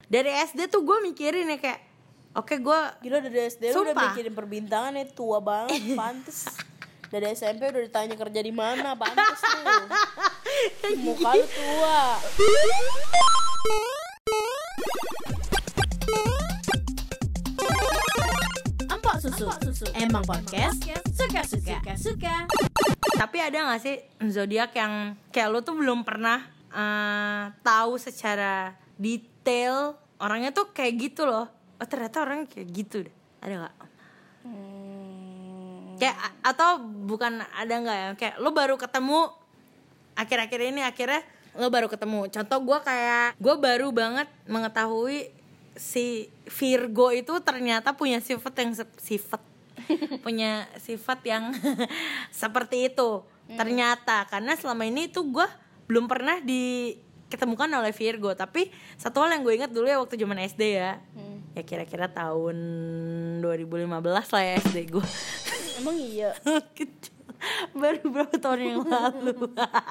Dari SD tuh gue mikirin ya kayak oke, gue Gila dari SD lu udah Sumpah. mikirin perbintangan ya, tua banget, pantes. Dari SMP udah ditanya kerja di mana, pantes lu. Muka lu tua. Empok susu. Emang podcast suka. Tapi ada gak sih zodiak yang kayak lu tuh belum pernah tahu secara detail orangnya tuh kayak gitu loh. Oh ternyata orangnya kayak gitu deh. Ada gak? Kayak atau bukan ada gak ya? Kayak lu baru ketemu akhir-akhir ini akhirnya lu baru ketemu. Contoh gue baru banget mengetahui si Virgo itu ternyata punya punya sifat yang seperti itu. Ternyata karena selama ini tuh gue belum pernah diketemukan oleh Virgo. Tapi satu hal yang gue ingat dulu ya waktu zaman SD ya. Ya kira-kira tahun 2015 lah ya SD gue. Emang iya. Kecil. Baru berapa tahun yang lalu.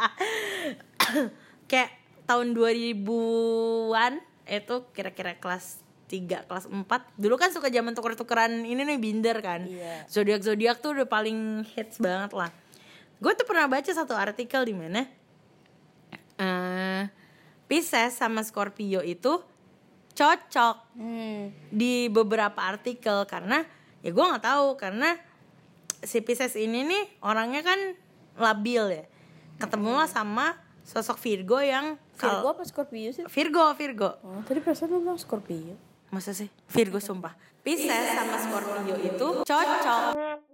Kayak tahun 2000-an itu kira-kira kelas 3, kelas 4. Dulu kan suka zaman tuker-tukeran ini nih binder kan. Iya. Zodiak-zodiak tuh udah paling hits banget lah. Gue tuh pernah baca satu artikel di mana Pisces sama Scorpio itu cocok di beberapa artikel karena ya gue nggak tahu karena si Pisces ini nih orangnya kan labil ya. Ketemulah sama sosok Virgo yang Virgo apa Scorpio sih? Virgo. Oh, tadi perasaan lu bilang Scorpio. Masa sih? Virgo sumpah. Pisces sama Scorpio itu cocok.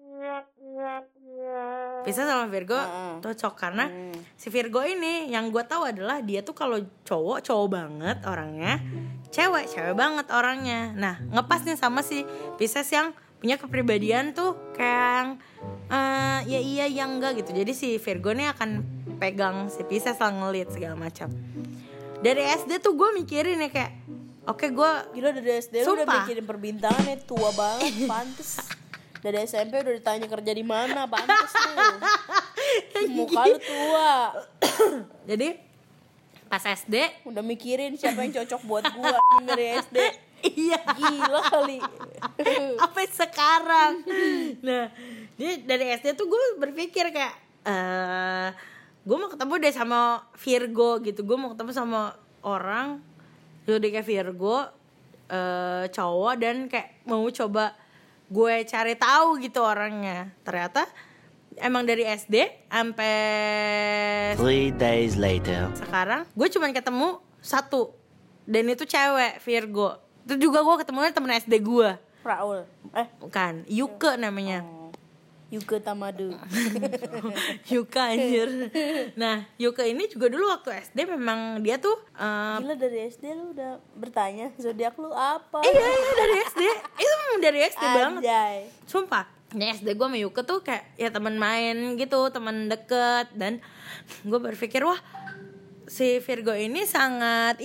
Pisces sama Virgo cocok karena si Virgo ini yang gue tahu adalah dia tuh kalau cowok banget orangnya, cewek banget orangnya. Nah ngepas nih sama si Pisces yang punya kepribadian tuh kayak ya iya yang enggak gitu. Jadi si Virgo nih akan pegang si Pisces lah, ngelit segala macam. Dari SD tuh gue mikirin ya kayak oke, gue Gila dari SD lu udah Sumpah. mikirin perbintangan ya, tua banget, pantes. Dari SMP udah ditanya kerja di mana, pantes lu. Muka lu tua. jadi pas SD Udah mikirin siapa yang cocok buat gua dari SD. iya Gila kali. sampai sekarang. Nah, jadi dari SD tuh gue berpikir kayak gue mau ketemu deh sama Virgo gitu. Gue mau ketemu sama orang zodiak Virgo cowok dan kayak mau coba gue cari tahu gitu orangnya. Ternyata emang dari SD sampai 3 days later. sekarang gue cuman ketemu satu dan itu cewek Virgo. Itu juga gue ketemunya temen SD gue. Raul. Bukan, Yuke namanya. Yuke Tamadu. Yuka anjir. Nah, Yuka ini juga dulu waktu SD memang dia tuh Gila dari SD lu udah bertanya zodiak lu apa? iya dari SD. Itu memang dari SD banget. Anjay. Sumpah. Di SD gue sama Yuka tuh kayak ya teman main gitu, teman deket. Dan gue berpikir wah si Virgo ini sangat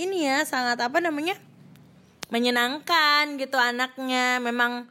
menyenangkan gitu anaknya. Memang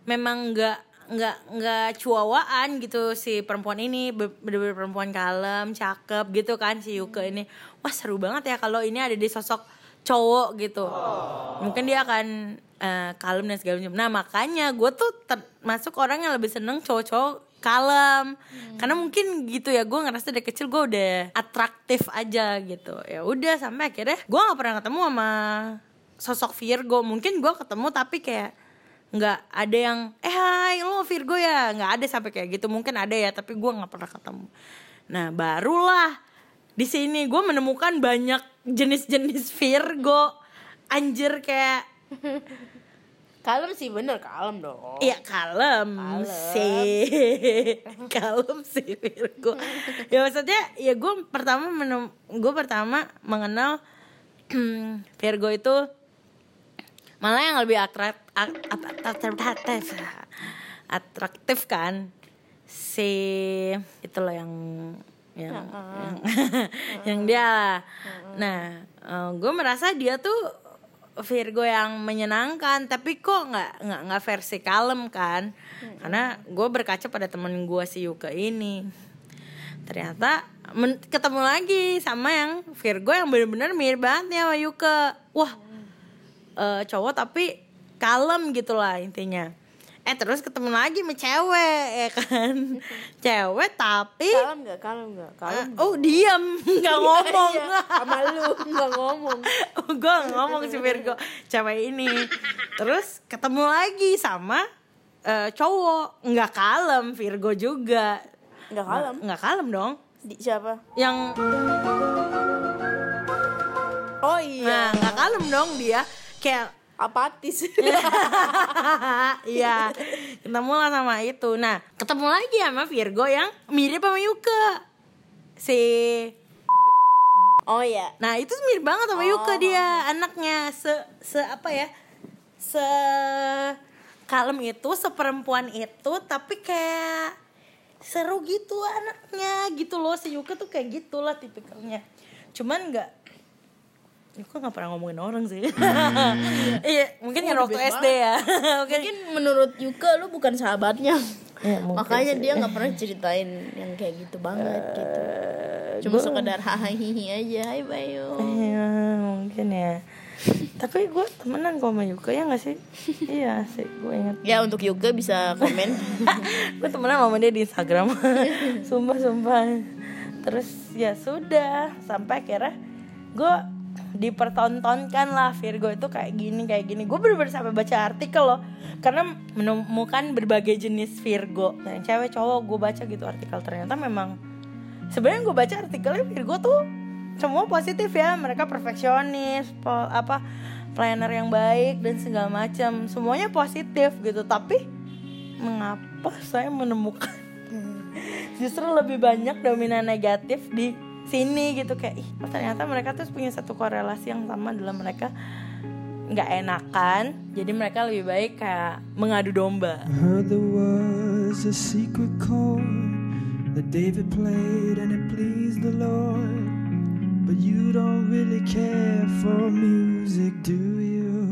nggak cuawaan gitu si perempuan ini, bener-bener perempuan kalem, cakep gitu kan si Yuka ini. Wah seru banget ya kalau ini ada di sosok cowok gitu. Mungkin dia akan kalem dan segala macam. Nah makanya gue tuh termasuk orang yang lebih seneng cowok-cowok kalem. Karena mungkin gitu ya, gue ngerasa dari kecil gue udah atraktif aja gitu. Ya udah sampai akhirnya gue nggak pernah ketemu sama sosok Virgo. Mungkin gue ketemu tapi kayak nggak ada yang hai lo Virgo ya, nggak ada sampai kayak gitu. Mungkin ada ya tapi gue nggak pernah ketemu. Nah barulah di sini gue menemukan banyak jenis-jenis Virgo. Anjir kayak Kalem sih, bener kalem dong. iya kalem sih kalem sih Virgo. Ya maksudnya ya gue pertama mengenal Virgo itu malah yang lebih atraktif kan si itu loh yang dia. Nah, gue merasa dia tuh Virgo yang menyenangkan, tapi kok nggak versi kalem kan? Karena gue berkaca pada temen gue si Yuka ini. Ternyata ketemu lagi sama yang Virgo yang benar-benar mirip banget ya sama Yuka. Wah, cowok tapi kalem gitu lah intinya. Terus ketemu lagi sama cewek ya kan. Cewek tapi kalem nggak diam nggak ngomong. Sama lu nggak ngomong. Gue ngomong si Virgo cewek ini. Terus ketemu lagi sama cowok nggak kalem. Virgo juga nggak kalem dong. Siapa Yang oh iya, nah nggak kalem dong dia, kayak apatis. iya, ketemu lah sama itu. Nah ketemu lagi sama Virgo yang mirip sama Yuka si. Oh iya. Nah itu mirip banget sama Yuka dia anaknya se apa ya, se kalem itu, seperempuan itu, tapi kayak seru gitu anaknya gitu loh. Si Yuka tuh kayak gitulah tipikalnya. Cuman Yuka nggak pernah ngomongin orang sih. Iya, mungkin kan waktu SD ya. Mungkin menurut Yuka lu bukan sahabatnya. Ya, makanya dia nggak pernah ceritain yang kayak gitu banget gitu. Cuma sekedar hahaha aja. Hai Bayu. Iya, mungkin ya. Tapi gue temenan kok sama Yuka ya nggak sih? Iya sih, gue ingat. Ya untuk Yuka bisa komen. Gue temenan sama dia di Instagram. Sumpah. Terus ya sudah, sampai akhirnya gue dipertontonkan lah Virgo itu kayak gini. Gue bener-bener sampai baca artikel loh, karena menemukan berbagai jenis Virgo, yang cewek cowok. Gue baca gitu artikel, ternyata memang sebenarnya gue baca artikelnya Virgo tuh semua positif ya. Mereka perfeksionis, planner yang baik dan segala macam, semuanya positif gitu. Tapi mengapa saya menemukan justru lebih banyak dominan negatif di sini gitu, kayak ternyata mereka tuh punya satu korelasi yang sama dalam mereka nggak enakan. Jadi mereka lebih baik kayak mengadu domba. I heard there was a secret chord that David played and it pleased the Lord, but you don't really care for music, do you?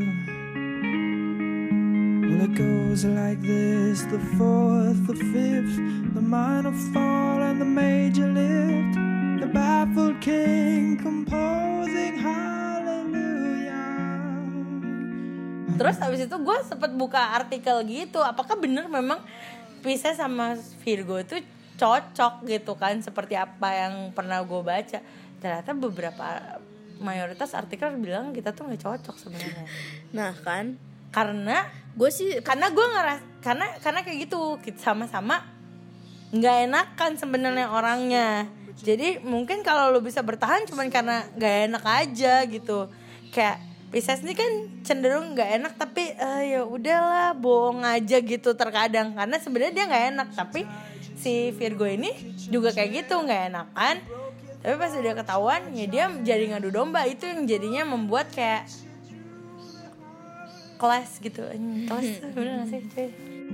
Well, it goes like this: the fourth, the fifth, the minor fall and the major lift, the baffled king composing hallelujah. Terus habis itu gue sempet buka artikel gitu, apakah bener memang Pisces sama Virgo itu cocok gitu kan, seperti apa yang pernah gue baca. Ternyata mayoritas artikel bilang kita tuh nggak cocok sebenarnya. Nah kan, karena gue sih karena gue karena kayak gitu, kita sama-sama nggak enakan sebenarnya orangnya. Jadi mungkin kalau lo bisa bertahan cuman karena nggak enak aja gitu. Kayak Pisces ini kan cenderung nggak enak, tapi ya udahlah bohong aja gitu terkadang, karena sebenarnya dia nggak enak. Tapi si Virgo ini juga kayak gitu, nggak enakan, tapi pas udah ketahuan ya dia jadi ngadu domba. Itu yang jadinya membuat kayak kelas gitu. Kelas bener gak sih cuy?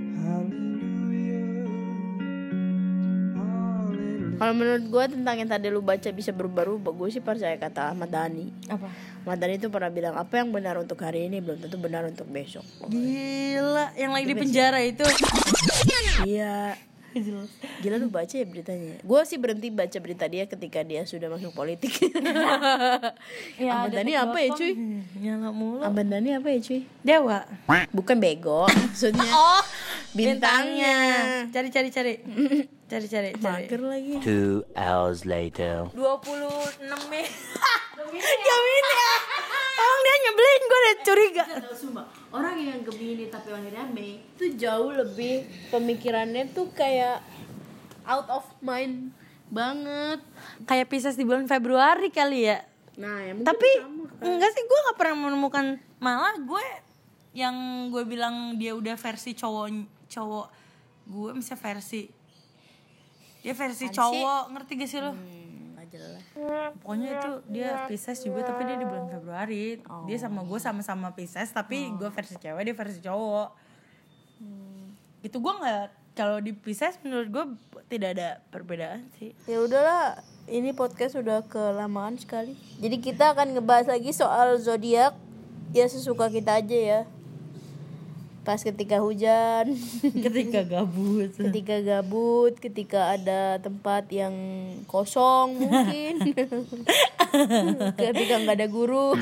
kalau menurut gue tentang yang tadi lu baca bisa berubah-ubah, gue sih percaya kata Ahmad Dhani. Apa? Ahmad Dhani itu pernah bilang apa yang benar untuk hari ini belum tentu benar untuk besok. Gila, yang lagi di penjara itu. Iya. Gila lu baca ya beritanya. Gue sih berhenti baca berita dia ketika dia sudah masuk politik. Ya, Ahmad Dhani apa ya cuy? Nyala mulu. Ahmad Dhani apa ya cuy? Dewa. Bukan bego, maksudnya Oh, bintangnya. Cari. Mager lagi. 2 hours later. 26 Mei. Gemini ya. Orang dia nyebelin, gue udah curiga. Sumpah, orang yang Gemini tapi lahirnya Mei itu jauh lebih pemikirannya tuh kayak out of mind banget. Kayak Pisces di bulan Februari kali ya. Nah, ya mungkin Tapi sama, kan? enggak sih, gue gak pernah menemukan. Malah gue yang gue bilang dia udah versi cowok gue misalnya dia versi cowok, ngerti gak sih lo? Nggak jelas. Pokoknya itu dia Pisces juga, tapi dia di bulan Februari. Dia sama gue sama-sama Pisces, tapi gue versi cewek, dia versi cowok. Itu gue nggak, kalau di Pisces menurut gue tidak ada perbedaan sih. Ya udahlah, ini podcast udah kelamaan sekali. Jadi kita akan ngebahas lagi soal zodiak. Ya sesuka kita aja ya. Pas ketika hujan, Ketika gabut. ketika gabut, ketika ada tempat yang kosong mungkin. Ketika nggak ada guru.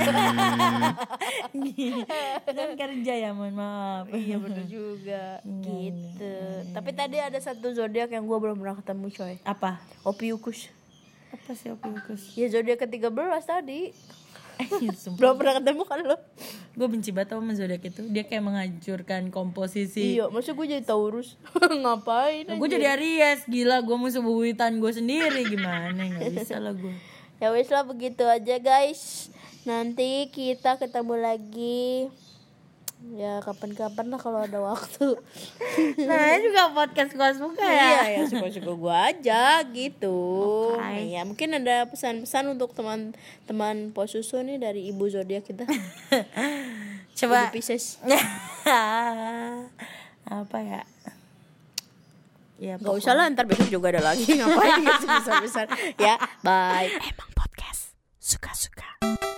Kan kerja ya, mohon maaf. Iya bener juga gitu. Tapi tadi ada satu zodiak yang gue belum pernah ketemu coy. Apa? Ophiuchus. Apa sih Ophiuchus? Ya zodiak ke-13 tadi. Sumpah. Belum pernah ketemu kan lo? Gue benci banget sama zodiak itu. Dia kayak menghancurkan komposisi. Iya, masa gue jadi Taurus. Ngapain? Gue jadi Aries, gila. Gue musuh bebuyutan gue sendiri, gimana? Nggak bisa lah gue. Ya wes lah begitu aja guys. Nanti kita ketemu lagi. Ya kapan-kapan lah kalau ada waktu. Nah, ini juga podcast suka-suka ya. Iya ya suka-suka gue aja gitu. Okay. Ya mungkin ada pesan-pesan untuk teman-teman Posusu nih dari ibu zodiak kita. Coba. Ibu Pisces. Apa ya? Ya Gak usah lah, ntar besok juga ada lagi. Ngapain gitu besar-besar. Ya bye. Emang podcast suka-suka.